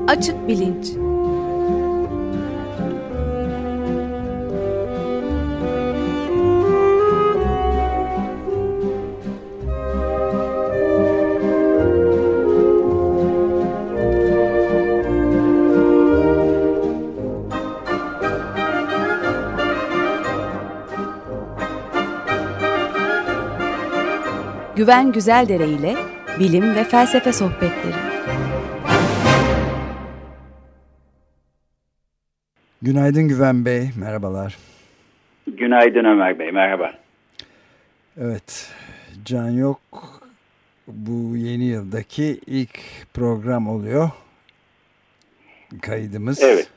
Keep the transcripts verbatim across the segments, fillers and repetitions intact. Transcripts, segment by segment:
Açık Bilinç. Güven Güzeldere ile bilim ve felsefe sohbetleri. Günaydın Güven Bey, merhabalar. Günaydın Ömer Bey, merhaba. Evet, Can Yok bu yeni yıldaki ilk program oluyor. Kaydımız. Evet.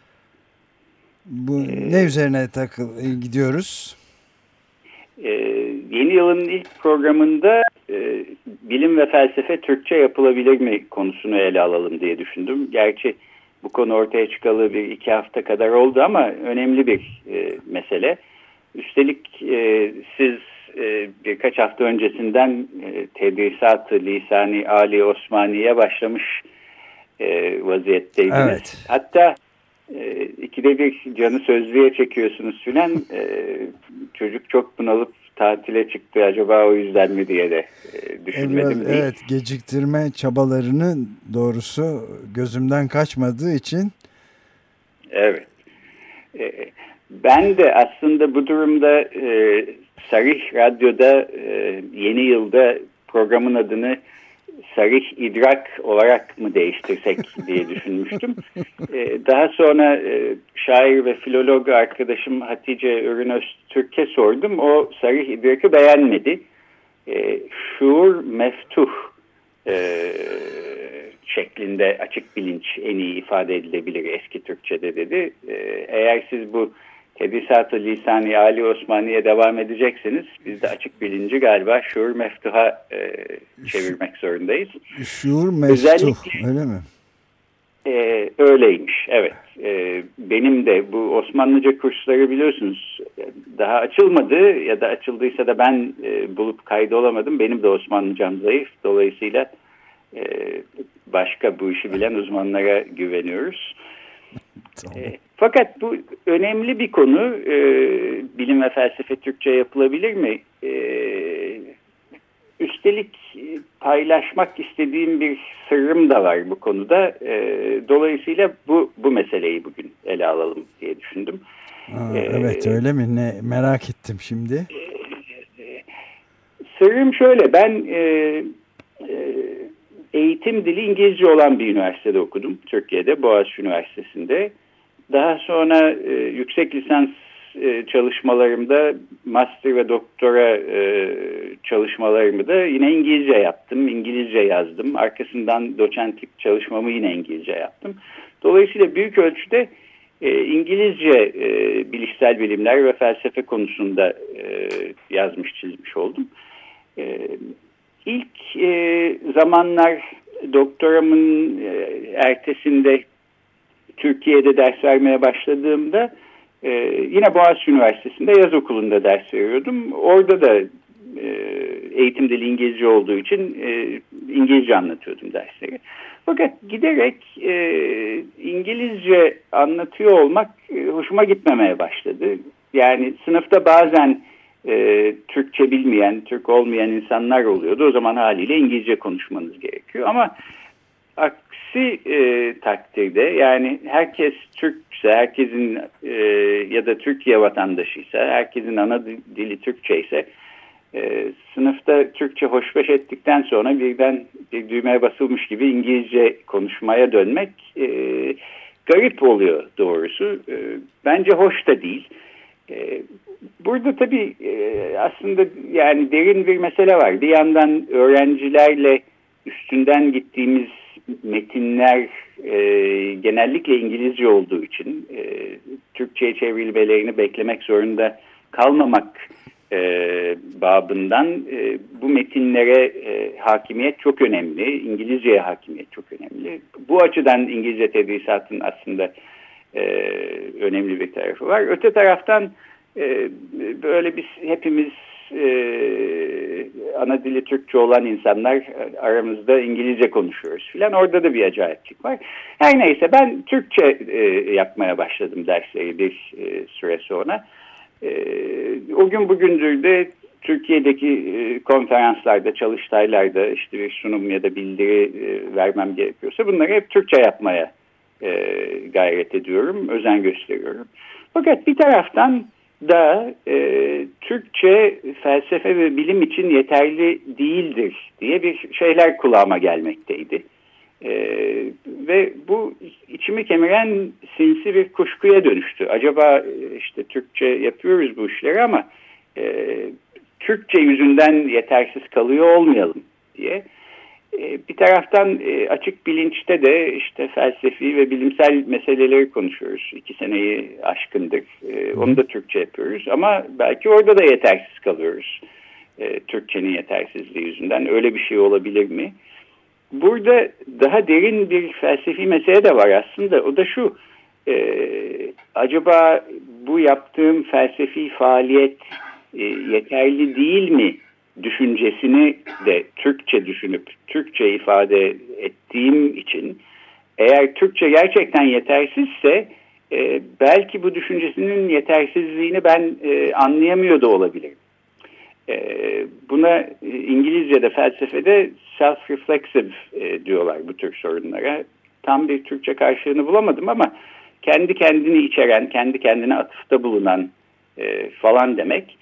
Bu ee, ne üzerine takıl gidiyoruz? E, yeni yılın ilk programında e, bilim ve felsefe Türkçe yapılabilir mi konusunu ele alalım diye düşündüm. Gerçi bu konu ortaya çıkalı bir iki hafta kadar oldu ama önemli bir e, mesele. Üstelik e, siz e, birkaç hafta öncesinden e, tedrisat-ı lisani Ali Osmani'ye başlamış e, vaziyetteydiniz. Evet. Hatta e, ikide bir canı sözlüğe çekiyorsunuz filan. E, çocuk çok bunalıp tatile çıktı acaba o yüzden mi diye de e, düşünmedim. Evet, evet, geciktirme çabalarını doğrusu gözümden kaçmadığı için. Evet. E, ben de aslında bu durumda e, Sarih Radyo'da e, yeni yılda programın adını Sarih İdrak olarak mı değiştirsek diye düşünmüştüm. E, daha sonra e, şair ve filolog arkadaşım Hatice Ürünöztürk'e sordum. O Sarih İdrak'ı beğenmedi. E, şuur meftuh e, şeklinde açık bilinç en iyi ifade edilebilir eski Türkçe'de dedi. E, eğer siz bu Tedrisat-ı Lisani Ali Osmani'ye devam edeceksiniz. Biz de açık bilinci galiba şuur meftuha e, çevirmek zorundayız. Şuur meftuh, öyle mi? E, öyleymiş, evet. E, benim de bu Osmanlıca kursları biliyorsunuz daha açılmadı ya da açıldıysa da ben e, bulup kaydolamadım. Benim de Osmanlıcam zayıf. Dolayısıyla e, başka bu işi bilen uzmanlara güveniyoruz. Tamam. E, fakat bu önemli bir konu. E, bilim ve felsefe Türkçe yapılabilir mi? E, üstelik paylaşmak istediğim bir sırrım da var bu konuda. E, dolayısıyla bu bu meseleyi bugün ele alalım diye düşündüm. Aa, evet e, öyle mi? Ne merak ettim şimdi. E, e, sırrım şöyle. Ben e, e, eğitim dili İngilizce olan bir üniversitede okudum. Türkiye'de, Boğaziçi Üniversitesi'nde. Daha sonra e, yüksek lisans e, çalışmalarımda, master ve doktora e, çalışmalarımı da yine İngilizce yaptım. İngilizce yazdım. Arkasından doçentlik çalışmamı yine İngilizce yaptım. Dolayısıyla büyük ölçüde e, İngilizce e, bilişsel bilimler ve felsefe konusunda e, yazmış, çizmiş oldum. E, ilk e, zamanlar doktoramın e, ertesinde Türkiye'de ders vermeye başladığımda e, yine Boğaziçi Üniversitesi'nde yaz okulunda ders veriyordum. Orada da e, eğitim dili İngilizce olduğu için e, İngilizce anlatıyordum dersleri. Fakat giderek e, İngilizce anlatıyor olmak e, hoşuma gitmemeye başladı. Yani sınıfta bazen e, Türkçe bilmeyen, Türk olmayan insanlar oluyordu. O zaman haliyle İngilizce konuşmanız gerekiyor ama aksi e, takdirde yani herkes Türkse, herkesin e, ya da Türkiye vatandaşıysa, herkesin ana dili Türkçe ise e, sınıfta Türkçe hoşbeş ettikten sonra birden bir düğmeye basılmış gibi İngilizce konuşmaya dönmek e, garip oluyor doğrusu. E, bence hoş da değil. E, burada tabii e, aslında yani derin bir mesele var. Bir yandan öğrencilerle üstünden gittiğimiz metinler e, genellikle İngilizce olduğu için e, Türkçe'ye çevrilmelerini beklemek zorunda kalmamak e, babından e, bu metinlere e, hakimiyet çok önemli. İngilizceye hakimiyet çok önemli. Bu açıdan İngilizce tedrisatın aslında e, önemli bir tarafı var. Öte taraftan e, böyle biz hepimiz e, ana dili Türkçe olan insanlar aramızda İngilizce konuşuyoruz filan. Orada da bir acayiplik var. Her neyse ben Türkçe e, yapmaya başladım dersleri bir e, süre sonra. E, o gün bugündür de Türkiye'deki e, konferanslarda, çalıştaylarda işte bir sunum ya da bildiri e, vermem gerekiyorsa bunları hep Türkçe yapmaya e, gayret ediyorum, özen gösteriyorum. Fakat bir taraftan da e, Türkçe felsefe ve bilim için yeterli değildir diye bir şeyler kulağıma gelmekteydi. E, ve bu içimi kemiren sinsi bir kuşkuya dönüştü. Acaba işte Türkçe yapıyoruz bu işleri ama e, Türkçe yüzünden yetersiz kalıyor olmayalım diye. E, bir taraftan e, açık bilinçte de işte felsefi ve bilimsel meseleleri konuşuyoruz. İki seneyi aşkındır. E, onu da Türkçe yapıyoruz ama belki orada da yetersiz kalıyoruz. E, Türkçenin yetersizliği yüzünden. Öyle bir şey olabilir mi? Burada daha derin bir felsefi mesele de var aslında. O da şu. E, acaba bu yaptığım felsefi faaliyet e, yeterli değil mi? Düşüncesini de Türkçe düşünüp Türkçe ifade ettiğim için eğer Türkçe gerçekten yetersizse e, belki bu düşüncesinin yetersizliğini ben e, anlayamıyor da olabilirim. E, buna e, İngilizce'de felsefede self-reflexive e, diyorlar bu tür sorunlara. Tam bir Türkçe karşılığını bulamadım ama kendi kendini içeren, kendi kendine atıfta bulunan e, falan demek.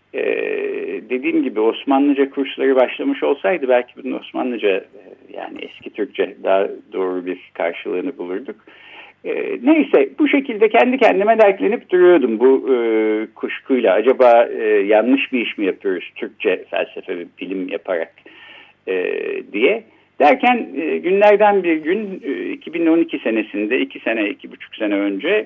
Ee, dediğim gibi Osmanlıca kursları başlamış olsaydı belki bunun Osmanlıca yani eski Türkçe daha doğru bir karşılığını bulurduk. Ee, neyse bu şekilde kendi kendime dertlenip duruyordum bu e, kuşkuyla. Acaba e, yanlış bir iş mi yapıyoruz Türkçe felsefe ve bilim yaparak e, diye. Derken e, günlerden bir gün e, iki bin on iki senesinde iki sene iki buçuk sene önce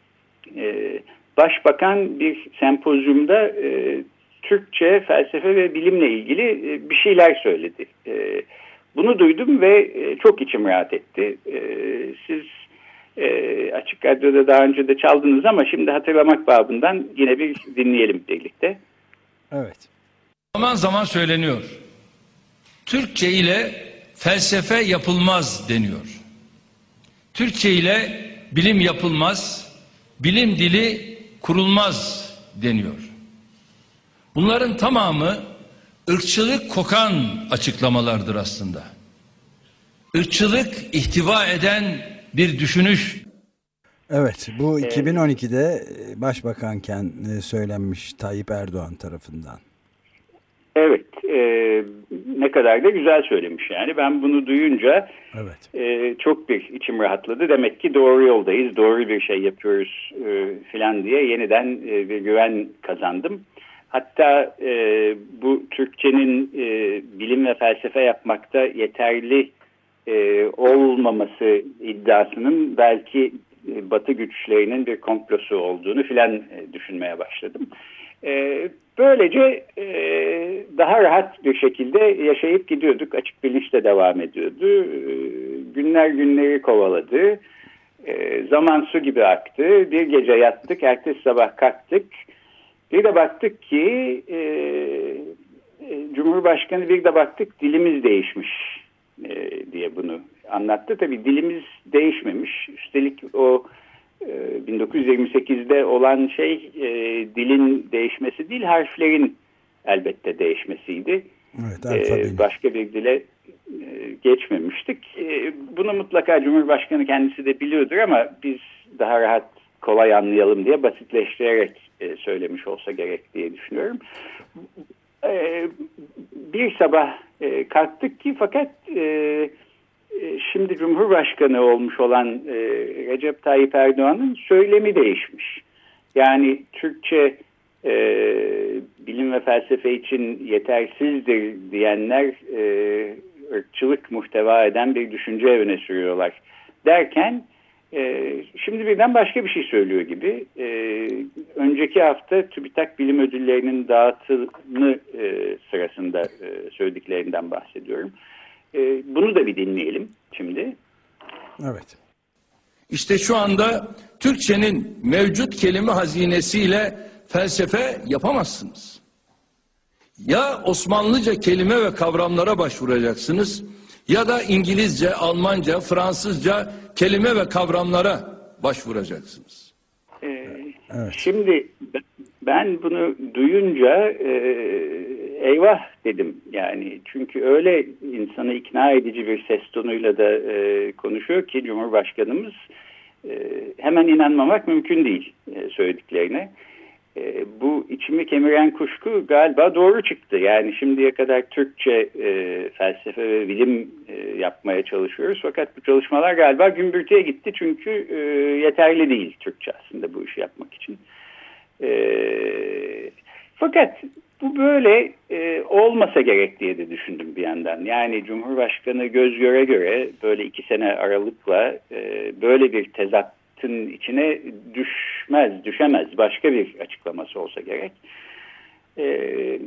e, Başbakan bir sempozyumda e, Türkçe, felsefe ve bilimle ilgili e, bir şeyler söyledi. E, bunu duydum ve e, çok içim rahat etti. E, siz e, Açık Radyo'da daha önce de çaldınız ama şimdi hatırlamak babından yine bir dinleyelim birlikte. Evet. Zaman zaman söyleniyor. Türkçe ile felsefe yapılmaz deniyor. Türkçe ile bilim yapılmaz, bilim dili kurulmaz deniyor. Bunların tamamı ırkçılık kokan açıklamalardır aslında. Irkçılık ihtiva eden bir düşünüş. Evet, bu iki bin on ikide başbakanken söylenmiş Tayyip Erdoğan tarafından. Evet, e, ne kadar da güzel söylemiş yani. Ben bunu duyunca evet. e, çok bir içim rahatladı. Demek ki doğru yoldayız, doğru bir şey yapıyoruz e, filan diye yeniden e, bir güven kazandım. Hatta e, bu Türkçenin e, bilim ve felsefe yapmakta yeterli e, olmaması iddiasının belki e, Batı güçlerinin bir komplosu olduğunu filan e, düşünmeye başladım. E, böylece e, daha rahat bir şekilde yaşayıp gidiyorduk. Açık bilinçle devam ediyordu. E, günler günleri kovaladı. E, zaman su gibi aktı. Bir gece yattık, ertesi sabah kalktık. Bir de baktık ki e, e, Cumhurbaşkanı bir de baktık dilimiz değişmiş e, diye bunu anlattı. Tabii dilimiz değişmemiş. Üstelik o e, bin dokuz yüz yirmi sekizde olan şey e, dilin değişmesi değil, harflerin elbette değişmesiydi. Evet, e, başka bir dile e, geçmemiştik. E, bunu mutlaka Cumhurbaşkanı kendisi de biliyordur ama biz daha rahat kolay anlayalım diye basitleştirerek e, söylemiş olsa gerek diye düşünüyorum. E, bir sabah e, kalktık ki fakat e, e, şimdi Cumhurbaşkanı olmuş olan e, Recep Tayyip Erdoğan'ın söylemi değişmiş. Yani Türkçe e, bilim ve felsefe için yetersizdir diyenler e, ırkçılık muhteva eden bir düşünce öne sürüyorlar derken Ee, şimdi birden başka bir şey söylüyor gibi. Ee, önceki hafta TÜBİTAK Bilim Ödülleri'nin dağıtımı e, sırasında e, söylediklerinden bahsediyorum. E, bunu da bir dinleyelim şimdi. Evet. İşte şu anda Türkçenin mevcut kelime hazinesiyle felsefe yapamazsınız. Ya Osmanlıca kelime ve kavramlara başvuracaksınız ya da İngilizce, Almanca, Fransızca kelime ve kavramlara başvuracaksınız. Ee, evet. Şimdi ben bunu duyunca e, eyvah dedim yani, çünkü öyle insanı ikna edici bir ses tonuyla da e, konuşuyor ki Cumhurbaşkanımız, e, hemen inanmamak mümkün değil e, söylediklerine. E, bu içimi kemiren kuşku galiba doğru çıktı. Yani şimdiye kadar Türkçe e, felsefe ve bilim e, yapmaya çalışıyoruz. Fakat bu çalışmalar galiba gümbürtüye gitti. Çünkü e, yeterli değil Türkçe aslında bu işi yapmak için. E, fakat bu böyle e, olmasa gerek diye de düşündüm bir yandan. Yani Cumhurbaşkanı göz göre göre böyle iki sene aralıkla e, böyle bir tezat içine düşmez, düşemez. Başka bir açıklaması olsa gerek. E,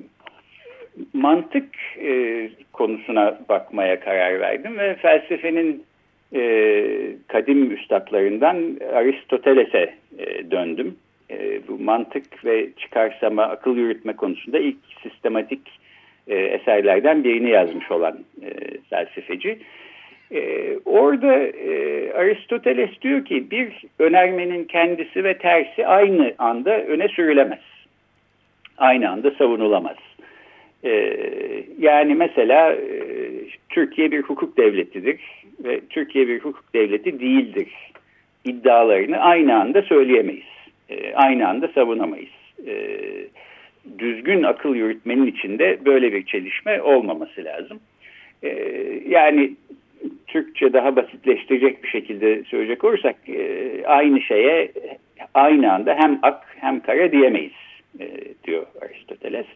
mantık e, konusuna bakmaya karar verdim ve felsefenin e, kadim üstadlarından Aristoteles'e e, döndüm. E, bu mantık ve çıkarsama, akıl yürütme konusunda ilk sistematik e, eserlerden birini yazmış olan e, felsefeci. Ee, orada e, Aristoteles diyor ki bir önermenin kendisi ve tersi aynı anda öne sürülemez. Aynı anda savunulamaz. Ee, yani mesela e, Türkiye bir hukuk devletidir ve Türkiye bir hukuk devleti değildir iddialarını aynı anda söyleyemeyiz. E, aynı anda savunamayız. E, düzgün akıl yürütmenin içinde böyle bir çelişme olmaması lazım. E, yani Türkçe daha basitleştirecek bir şekilde söyleyecek olursak e, aynı şeye aynı anda hem ak hem kara diyemeyiz e, diyor Aristoteles.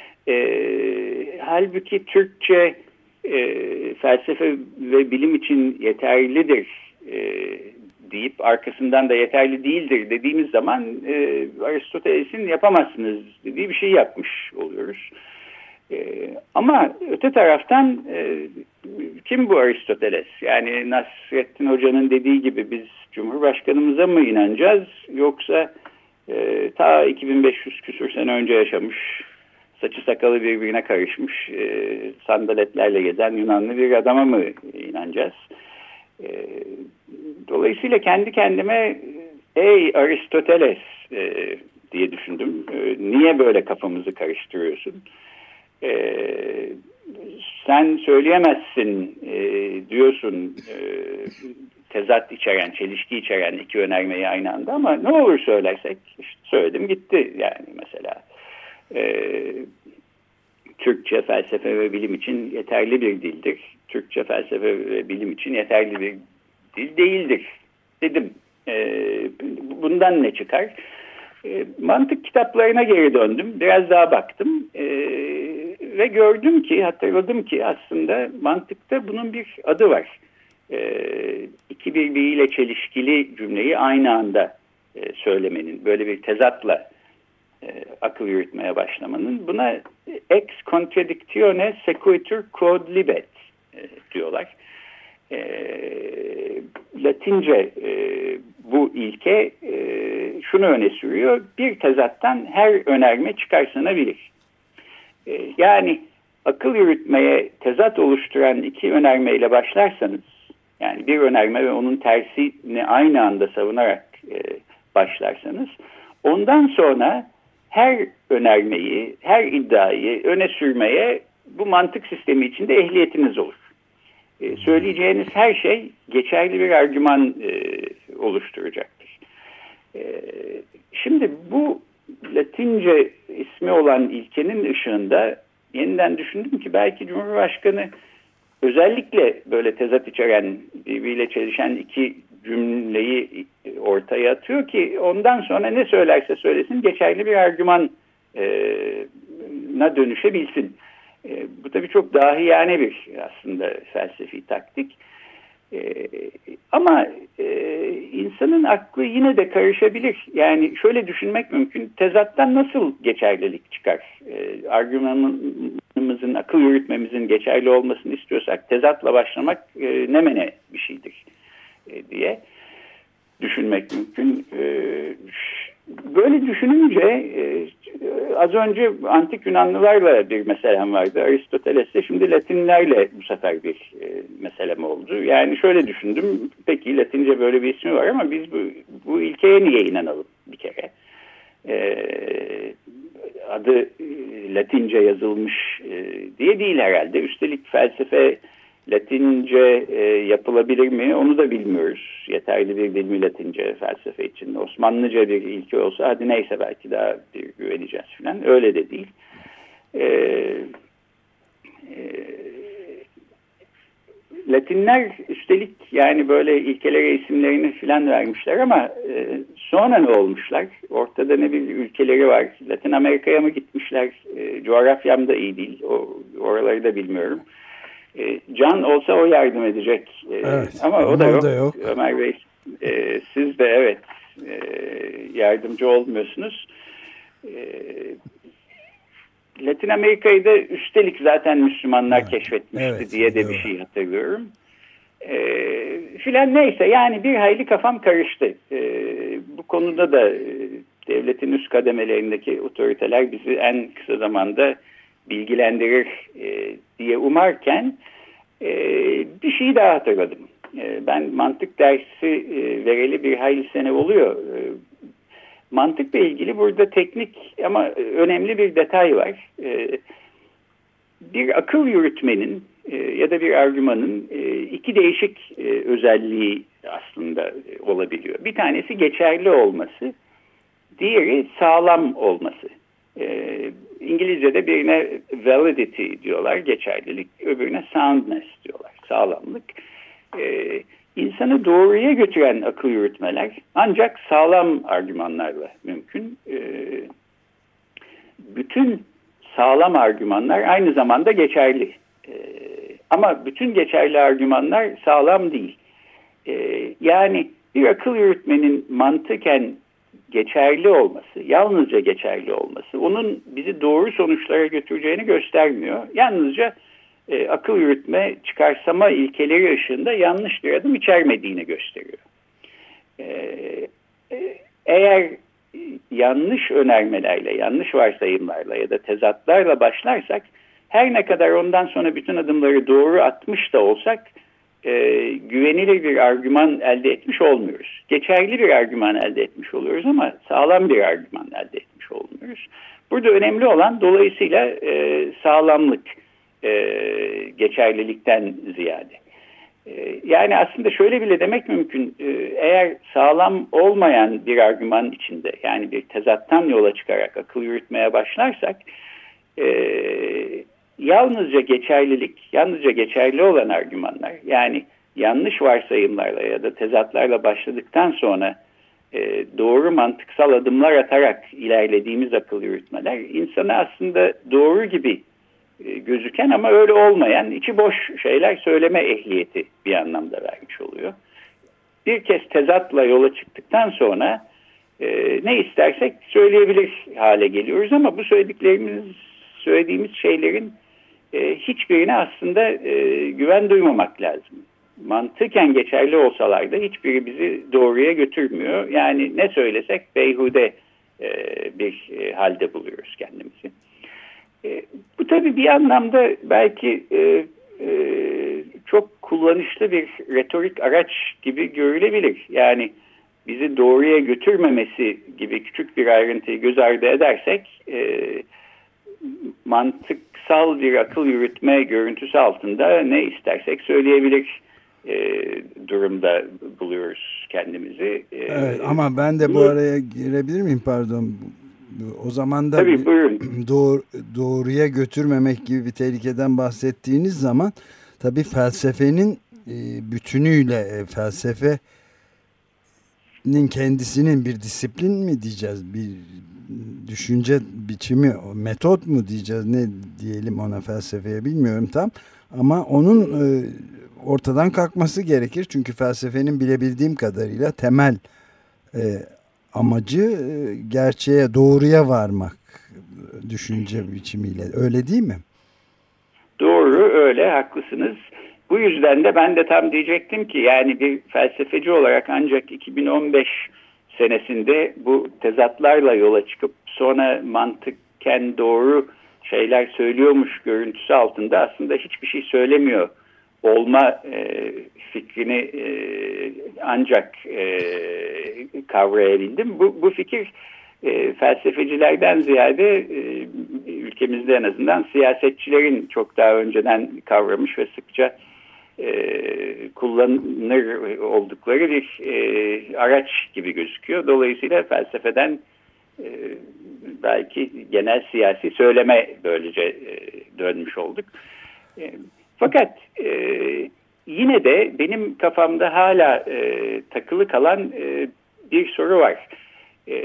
E, halbuki Türkçe e, felsefe ve bilim için yeterlidir e, deyip arkasından da yeterli değildir dediğimiz zaman e, Aristoteles'in yapamazsınız dediği bir şey yapmış oluyoruz. Ee, ama öte taraftan e, kim bu Aristoteles? Yani Nasrettin Hoca'nın dediği gibi biz Cumhurbaşkanımıza mı inanacağız, yoksa e, ta iki bin beş yüz küsur sene önce yaşamış, saçı sakalı birbirine karışmış, e, sandaletlerle gezen Yunanlı bir adama mı inanacağız? E, dolayısıyla kendi kendime ey Aristoteles e, diye düşündüm. E, niye böyle kafamızı karıştırıyorsun? Ee, sen söyleyemezsin e, diyorsun e, tezat içeren, çelişki içeren iki önermeyi aynı anda, ama ne olur söylersek işte söyledim gitti yani mesela. E, Türkçe felsefe ve bilim için yeterli bir dildir. Türkçe felsefe ve bilim için yeterli bir dil değildir dedim. E, bundan ne çıkar? E, mantık kitaplarına geri döndüm. Biraz daha baktım. E, ve gördüm ki, hatırladım ki aslında mantıkta bunun bir adı var. E, iki birbiriyle çelişkili cümleyi aynı anda e, söylemenin, böyle bir tezatla e, akıl yürütmeye başlamanın, buna ex contradictione sequitur quod libet e, diyorlar. E, Latince e, bu ilke e, şunu öne sürüyor: bir tezattan her önerme çıkarsanabilir. E, yani akıl yürütmeye tezat oluşturan iki önermeyle başlarsanız, yani bir önerme ve onun tersini aynı anda savunarak e, başlarsanız, ondan sonra her önermeyi, her iddiayı öne sürmeye bu mantık sistemi içinde ehliyetiniz olur. E, söyleyeceğiniz her şey geçerli bir argüman e, oluşturacaktır. E, şimdi bu Latince ismi olan ilkenin ışığında yeniden düşündüm ki belki Cumhurbaşkanı özellikle böyle tezat içeren, birbiriyle çelişen iki cümleyi ortaya atıyor ki ondan sonra ne söylerse söylesin geçerli bir argümana dönüşebilsin. E, bu tabii çok dahiyane bir aslında felsefi taktik. E, ama e, insanın aklı yine de karışabilir. Yani şöyle düşünmek mümkün: tezattan nasıl geçerlilik çıkar? E, argümanımızın, akıl yürütmemizin geçerli olmasını istiyorsak tezatla başlamak e, ne mene bir şeydir e, diye düşünmek mümkün. E, böyle düşününce e, az önce antik Yunanlılarla bir meselem vardı. Aristoteles'te, şimdi Latinlerle bu sefer bir e, meselem oldu. Yani şöyle düşündüm. Peki Latince böyle bir ismi var ama biz bu, bu ilkeye niye inanalım bir kere? E, adı e, Latince yazılmış e, diye değil herhalde. Üstelik felsefe Latince e, yapılabilir mi onu da bilmiyoruz. Yeterli bir dil mi Latince felsefe için? Osmanlıca bir ilke olsa hadi neyse belki daha bir güveneceğiz falan. Öyle de değil. E, e, Latinler üstelik yani böyle ilkelere isimlerini falan vermişler ama e, sonra ne olmuşlar? Ortada ne bir ülkeleri var? Latin Amerika'ya mı gitmişler? E, coğrafyam da iyi değil. O, oraları da bilmiyorum. E, Can olsa o yardım edecek. E, evet, ama o da yok. da yok. Ömer Bey e, siz de evet e, yardımcı olmuyorsunuz. E, Latin Amerika'yı da üstelik zaten Müslümanlar evet, keşfetmişti evet, diye de doğru. Bir şey hatırlıyorum. E, filan neyse yani bir hayli kafam karıştı. E, bu konuda da e, devletin üst kademelerindeki otoriteler bizi en kısa zamanda bilgilendirir e, diye umarken e, bir şeyi daha hatırladım. E, ben mantık dersi e, vereli bir hayli sene oluyor. E, mantıkla ilgili burada teknik ama önemli bir detay var. E, bir akıl yürütmenin e, ya da bir argümanın e, iki değişik e, özelliği aslında e, olabiliyor. Bir tanesi geçerli olması, diğeri sağlam olması. E, İngilizce'de birine validity diyorlar, geçerlilik, öbürüne soundness diyorlar, sağlamlık. Ee, insanı doğruya götüren akıl yürütmeler ancak sağlam argümanlarla mümkün. Ee, bütün sağlam argümanlar aynı zamanda geçerli. Ee, ama bütün geçerli argümanlar sağlam değil. Ee, yani bir akıl yürütmenin mantıken geçerli olması, yalnızca geçerli olması, onun bizi doğru sonuçlara götüreceğini göstermiyor. Yalnızca e, akıl yürütme, çıkarsama ilkeleri ışığında yanlış bir adım içermediğini gösteriyor. E, e, eğer yanlış önermelerle, yanlış varsayımlarla ya da tezatlarla başlarsak, her ne kadar ondan sonra bütün adımları doğru atmış da olsak, E, güvenilir bir argüman elde etmiş olmuyoruz. Geçerli bir argüman elde etmiş oluyoruz ama sağlam bir argüman elde etmiş olmuyoruz. Burada önemli olan dolayısıyla e, sağlamlık, e, geçerlilikten ziyade. E, yani aslında şöyle bile demek mümkün. E, eğer sağlam olmayan bir argüman içinde, yani bir tezattan yola çıkarak akıl yürütmeye başlarsak, e, yalnızca geçerlilik, yalnızca geçerli olan argümanlar, yani yanlış varsayımlarla ya da tezatlarla başladıktan sonra e, doğru mantıksal adımlar atarak ilerlediğimiz akıl yürütmeler, insana aslında doğru gibi e, gözüken ama öyle olmayan içi boş şeyler söyleme ehliyeti bir anlamda vermiş oluyor. Bir kez tezatla yola çıktıktan sonra e, ne istersek söyleyebilir hale geliyoruz ama bu söylediklerimiz, söylediğimiz şeylerin E, hiçbirine aslında e, güven duymamak lazım. Mantıken geçerli olsalar da hiçbiri bizi doğruya götürmüyor. Yani ne söylesek beyhude e, bir e, halde buluyoruz kendimizi. E, bu tabii bir anlamda belki e, e, çok kullanışlı bir retorik araç gibi görülebilir. Yani bizi doğruya götürmemesi gibi küçük bir ayrıntıyı göz ardı edersek e, mantıksal bir akıl yürütme görüntüsü altında ne istersek söyleyebilir e, durumda buluyoruz kendimizi. E, evet, ama ben de bu araya girebilir miyim, pardon? O zaman da tabii, buyurun. Doğru, doğruya götürmemek gibi bir tehlikeden bahsettiğiniz zaman tabii felsefenin e, bütünüyle e, felsefenin kendisinin bir disiplin mi diyeceğiz, bir düşünce biçimi, metot mu diyeceğiz, ne diyelim ona felsefeye, bilmiyorum tam, ama onun e, ortadan kalkması gerekir. Çünkü felsefenin bilebildiğim kadarıyla temel e, amacı e, gerçeğe, doğruya varmak düşünce biçimiyle. Öyle değil mi? Doğru, öyle, haklısınız. Bu yüzden de ben de tam diyecektim ki yani bir felsefeci olarak ancak iki bin on beş senesinde bu tezatlarla yola çıkıp sonra mantık gereken doğru şeyler söylüyormuş görüntüsü altında aslında hiçbir şey söylemiyor olma e, fikrini e, ancak e, kavrayabildim. Bu, bu fikir e, felsefecilerden ziyade e, ülkemizde en azından siyasetçilerin çok daha önceden kavramış ve sıkça e, kullanılır oldukları bir e, araç gibi gözüküyor. Dolayısıyla felsefeden e, belki genel siyasi söyleme böylece e, dönmüş olduk. E, fakat e, yine de benim kafamda hala e, takılı kalan e, bir soru var. E,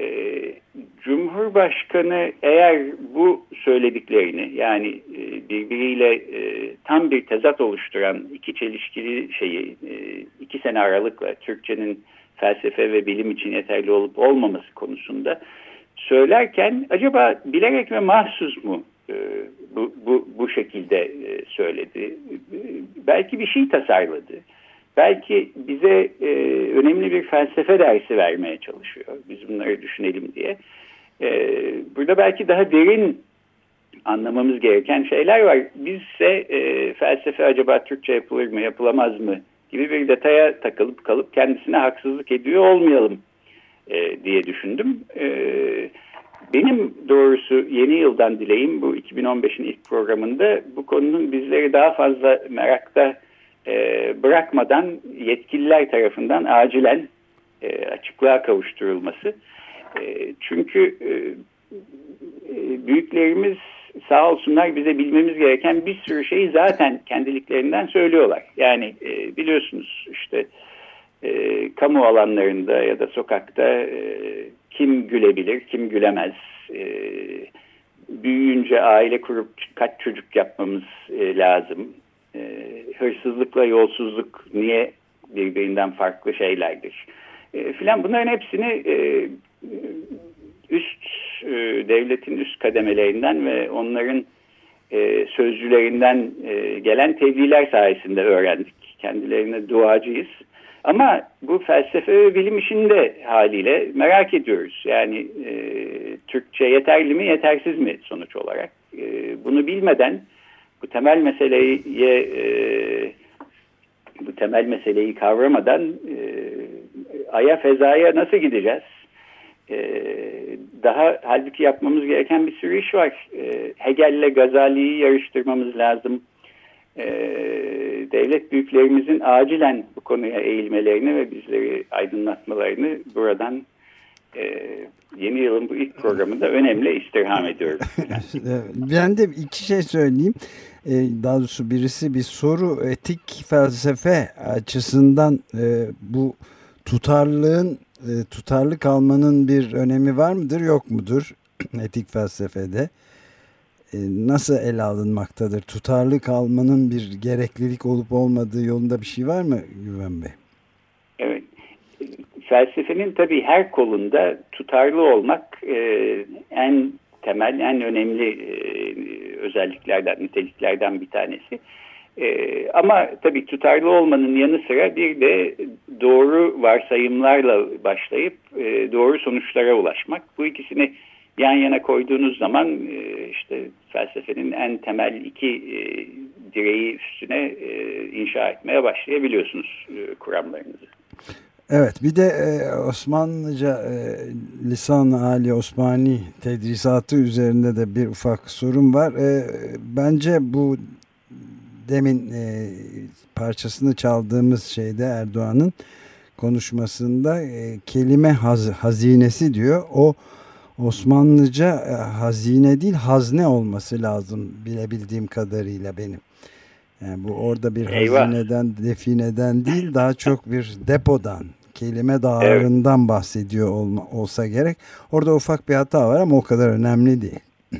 Cumhurbaşkanı eğer bu söylediklerini yani e, birbiriyle e, tam bir tezat oluşturan iki çelişkili şeyi e, iki sene aralıkla Türkçenin felsefe ve bilim için yeterli olup olmaması konusunda söylerken acaba bilerek ve mahsus mu e, bu, bu, bu şekilde e, söyledi? E, belki bir şey tasarladı. Belki bize e, önemli bir felsefe dersi vermeye çalışıyor. Biz bunları düşünelim diye. E, burada belki daha derin anlamamız gereken şeyler var. Bizse e, felsefe acaba Türkçe yapılır mı, yapılamaz mı gibi bir detaya takılıp kalıp kendisine haksızlık ediyor olmayalım e, diye düşündüm. E, benim doğrusu yeni yıldan dileğim bu iki bin on beşin ilk programında bu konunun bizleri daha fazla merakta E, bırakmadan yetkililer tarafından acilen e, açıklığa kavuşturulması. E, çünkü e, e, büyüklerimiz sağ olsunlar bize bilmemiz gereken bir sürü şeyi zaten kendiliklerinden söylüyorlar. Yani e, biliyorsunuz işte e, kamu alanlarında ya da sokakta e, kim gülebilir, kim gülemez. E, büyüyünce aile kurup kaç çocuk yapmamız e, lazım. E, hırsızlıkla yolsuzluk niye birbirinden farklı şeylerdir e, filan bunların hepsini e, üst e, devletin üst kademelerinden ve onların e, sözcülerinden e, gelen tebliğler sayesinde öğrendik. Kendilerine duacıyız. Ama bu felsefe ve bilim işinde haliyle merak ediyoruz. Yani e, Türkçe yeterli mi yetersiz mi sonuç olarak? E, bunu bilmeden bu temel meseleyi e, bu temel meseleyi kavramadan e, aya fezaya nasıl gideceğiz? E, daha halbuki yapmamız gereken bir sürü iş var. E, Hegel'le Gazali'yi yarıştırmamız lazım. E, devlet büyüklerimizin acilen bu konuya eğilmelerini ve bizleri aydınlatmalarını buradan e, yeni yılın bu ilk programında önemli istirham ediyorum. Ben de iki şey söyleyeyim. Daha doğrusu birisi bir soru, etik felsefe açısından e, bu tutarlılığın e, tutarlı kalmanın bir önemi var mıdır yok mudur etik felsefede? E, nasıl ele alınmaktadır? Tutarlı kalmanın bir gereklilik olup olmadığı yolunda bir şey var mı Güven Bey? Evet. Felsefenin tabii her kolunda tutarlı olmak e, en temel, en önemli e, özelliklerden, niteliklerden bir tanesi. E, ama tabii tutarlı olmanın yanı sıra bir de doğru varsayımlarla başlayıp e, doğru sonuçlara ulaşmak. Bu ikisini yan yana koyduğunuz zaman e, işte felsefenin en temel iki e, direği üstüne e, inşa etmeye başlayabiliyorsunuz e, kuramlarınızı. Evet, bir de e, Osmanlıca e, Lisan-ı Ali Osmani tedrisatı üzerinde de bir ufak sorun var. E, bence bu demin e, parçasını çaldığımız şeyde Erdoğan'ın konuşmasında e, kelime haz, hazinesi diyor. O Osmanlıca e, hazine değil hazne olması lazım bilebildiğim kadarıyla benim. Yani bu orada bir Eyvah. hazineden, defineden değil daha çok bir depodan, kelime dağarından evet. bahsediyor olma, olsa gerek. Orada ufak bir hata var ama o kadar önemli değil.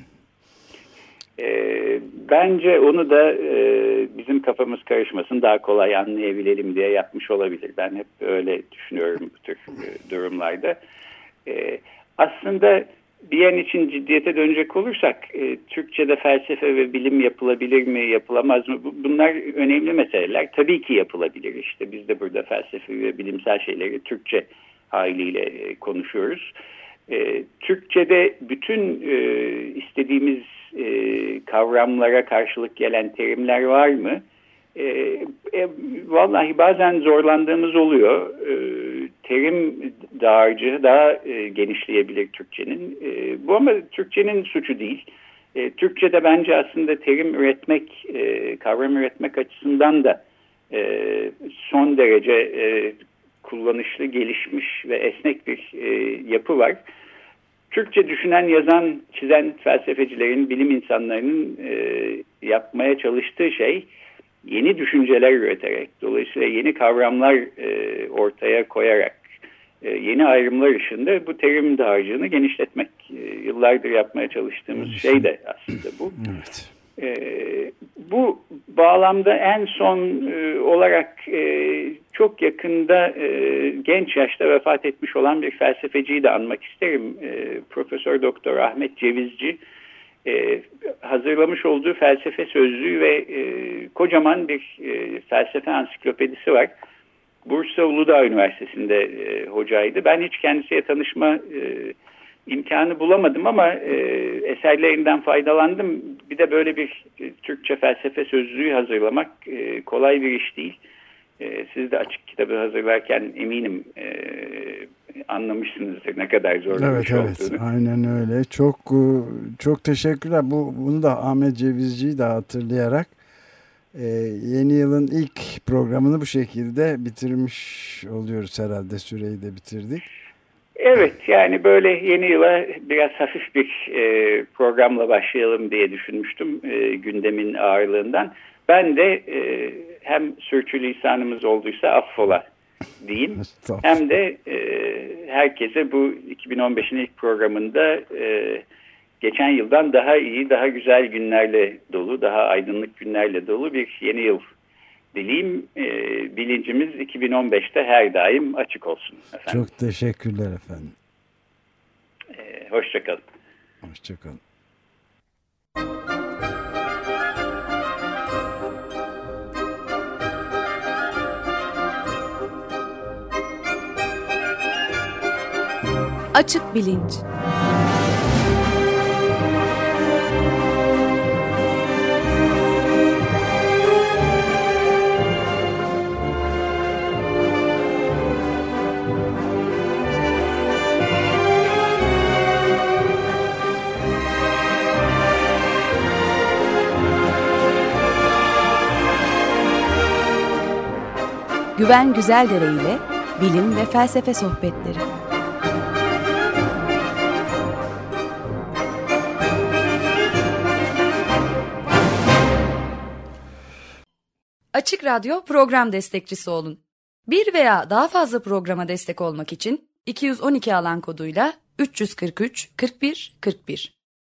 E, bence onu da e, bizim kafamız karışmasın daha kolay anlayabilelim diye yapmış olabilir. Ben hep öyle düşünüyorum bu tür e, durumlarda. E, aslında bir yan için ciddiyete dönecek olursak e, Türkçe'de felsefe ve bilim yapılabilir mi, yapılamaz mı? Bunlar önemli meseleler. Tabii ki yapılabilir. İşte biz de burada felsefe ve bilimsel şeyleri Türkçe haliyle e, konuşuyoruz. E, Türkçe'de bütün e, istediğimiz e, kavramlara karşılık gelen terimler var mı? E, e, vallahi bazen zorlandığımız oluyor. E, terim dağarcığı daha e, genişleyebilir Türkçenin. E, bu ama Türkçenin suçu değil. E, Türkçe'de bence aslında terim üretmek, e, kavram üretmek açısından da e, son derece e, kullanışlı, gelişmiş ve esnek bir e, yapı var. Türkçe düşünen, yazan, çizen felsefecilerin, bilim insanlarının e, yapmaya çalıştığı şey yeni düşünceler üreterek, dolayısıyla yeni kavramlar e, ortaya koyarak, e, yeni ayrımlar ışığında bu terim dağarcığını genişletmek. E, yıllardır yapmaya çalıştığımız evet. şey de aslında bu. Evet. E, bu bağlamda en son e, olarak e, çok yakında e, genç yaşta vefat etmiş olan bir felsefeciyi de anmak isterim. E, Profesör Doktor Ahmet Cevizci e, hazırlamış olduğu felsefe sözlüğü ve e, kocaman bir e, felsefe ansiklopedisi var. Bursa Uludağ Üniversitesi'nde e, hocaydı. Ben hiç kendisiyle tanışma e, imkanı bulamadım ama e, eserlerinden faydalandım. Bir de böyle bir e, Türkçe felsefe sözlüğü hazırlamak e, kolay bir iş değil. E, siz de açık kitabı hazırlarken eminim e, anlamışsınızdır ne kadar zor bir evet, şey evet, olduğunu. aynen öyle. Çok çok teşekkürler. Bu bunu da Ahmet Cevizci'yi de hatırlayarak e, yeni yılın ilk programını bu şekilde bitirmiş oluyoruz herhalde. Süreyi de bitirdik. Evet, yani böyle yeni yıla biraz hafif bir e, programla başlayalım diye düşünmüştüm e, gündemin ağırlığından. Ben de e, hem sürçülisanımız olduysa affola diyeyim. Hem de e, herkese bu iki bin on beşin ilk programında e, geçen yıldan daha iyi, daha güzel günlerle dolu, daha aydınlık günlerle dolu bir yeni yıl dileyim. E, bilincimiz iki bin on beşte her daim açık olsun efendim. Çok teşekkürler efendim. E, hoşça kalın. Hoşça kalın. Açık Bilinç. Güven Güzeldere ile bilim ve felsefe sohbetleri. Açık Radyo program destekçisi olun. Bir veya daha fazla programa destek olmak için iki yüz on iki alan koduyla üç yüz kırk üç kırk bir kırk bir